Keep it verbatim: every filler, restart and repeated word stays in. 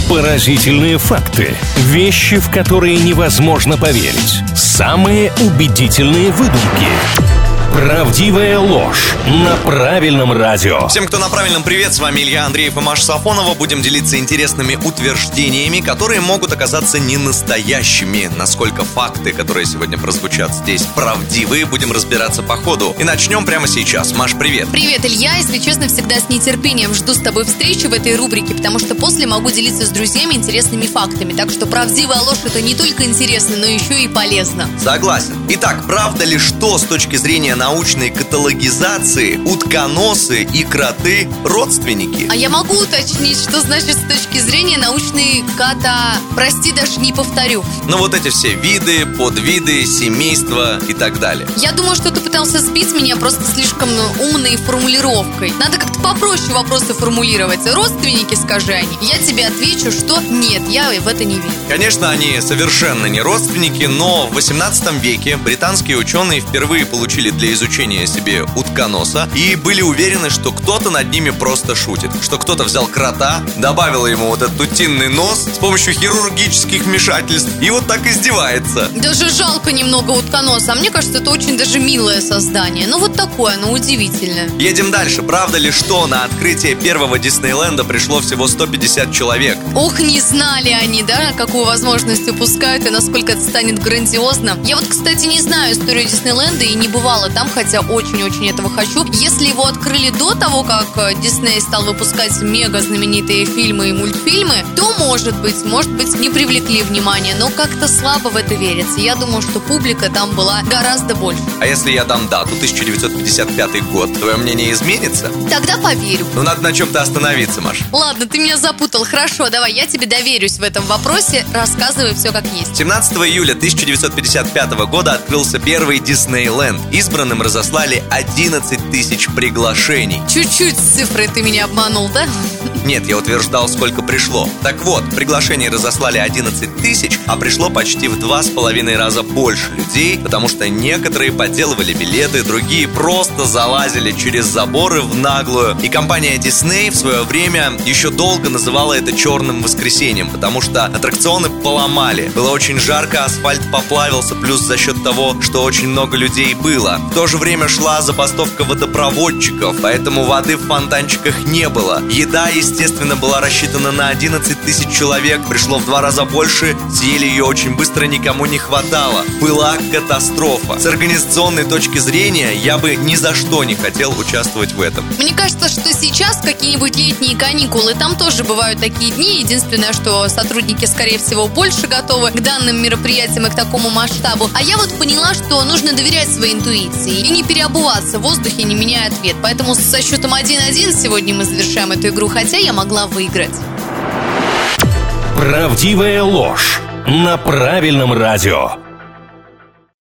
Поразительные факты. Вещи, в которые невозможно поверить. Самые убедительные выдумки. Правдивая ложь на правильном радио. Всем, кто на правильном, привет, с вами Илья Андреев и Маша Сафонова. Будем делиться интересными утверждениями, которые могут оказаться ненастоящими. Насколько факты, которые сегодня прозвучат здесь, правдивые, будем разбираться по ходу. И начнем прямо сейчас. Маш, привет. Привет, Илья. Если честно, всегда с нетерпением жду с тобой встречи в этой рубрике, потому что после могу делиться с друзьями интересными фактами. Так что правдивая ложь — это не только интересно, но еще и полезно. Согласен. Итак, правда ли, что с точки зрения научной каталогизации утконосы и кроты родственники? А я могу уточнить, что значит с точки зрения научной ката... Прости, даже не повторю. Ну вот эти все виды, подвиды, семейства и так далее. Я думаю, что ты пытался сбить меня просто слишком умной формулировкой. Надо как-то попроще вопросы формулировать. Родственники, скажи они. Я тебе отвечу, что нет, я в это не верю. Конечно, они совершенно не родственники, но в восемнадцатом веке британские ученые впервые получили для изучения себе утконоса и были уверены, что кто-то над ними просто шутит. Что кто-то взял крота, добавил ему вот этот утиный нос с помощью хирургических вмешательств и вот так издевается. Даже жалко немного утконоса. А мне кажется, это очень даже милое создание. Ну вот такое, оно удивительное. Едем дальше. Правда ли, что на открытие первого Диснейленда пришло всего сто пятьдесят человек? Ох, не знали они, да, какую возможность упускают и насколько это станет грандиозно. Я вот, кстати, не знаю историю Диснейленда и не бывала там, хотя очень-очень этого хочу. Если его открыли до того, как Дисней стал выпускать мега знаменитые фильмы и мультфильмы, то, может быть, может быть, не привлекли внимания, но как-то слабо в это верится. Я думаю, что публика там была гораздо больше. А если я дам дату, тысяча девятьсот пятьдесят пятый год, твое мнение изменится? Тогда поверю. Ну, надо на чем-то остановиться, Маш. Ладно, ты меня запутал. Хорошо, давай, я тебе доверюсь в этом вопросе. Рассказывай все как есть. семнадцатого июля тысяча девятьсот пятьдесят пятого года открылся первый Диснейленд. Избранным разослали одиннадцать тысяч приглашений. Чуть-чуть с цифрой ты меня обманул, да? Нет, я утверждал, сколько пришло. Так вот, приглашений разослали одиннадцать тысяч, а пришло почти в два с половиной раза больше людей, потому что некоторые подделывали билеты, другие просто залазили через заборы в наглую. И компания Disney в свое время еще долго называла это черным воскресеньем, потому что аттракционы поломали. Было очень жарко, асфальт поплавился, плюс за счет того, что очень много людей было. В то же время шла забастовка водопроводчиков, поэтому воды в фонтанчиках не было. Еда, естественно, была рассчитана на одиннадцать тысяч человек, пришло в два раза больше, съели ее очень быстро, никому не хватало. Была катастрофа. С организационной точки зрения я бы ни за что не хотел участвовать в этом. Мне кажется, что сейчас какие-нибудь летние каникулы, там тоже бывают такие дни. Единственное, что сотрудники, скорее всего, больше готовы к данным мероприятиям и к такому масштабу. А я вот поняла, что нужно доверять своей интуиции и не переобуваться в воздухе, не меняя ответ. Поэтому со счетом один-один сегодня мы завершаем эту игру, хотя я могла выиграть. Правдивая ложь на правильном радио.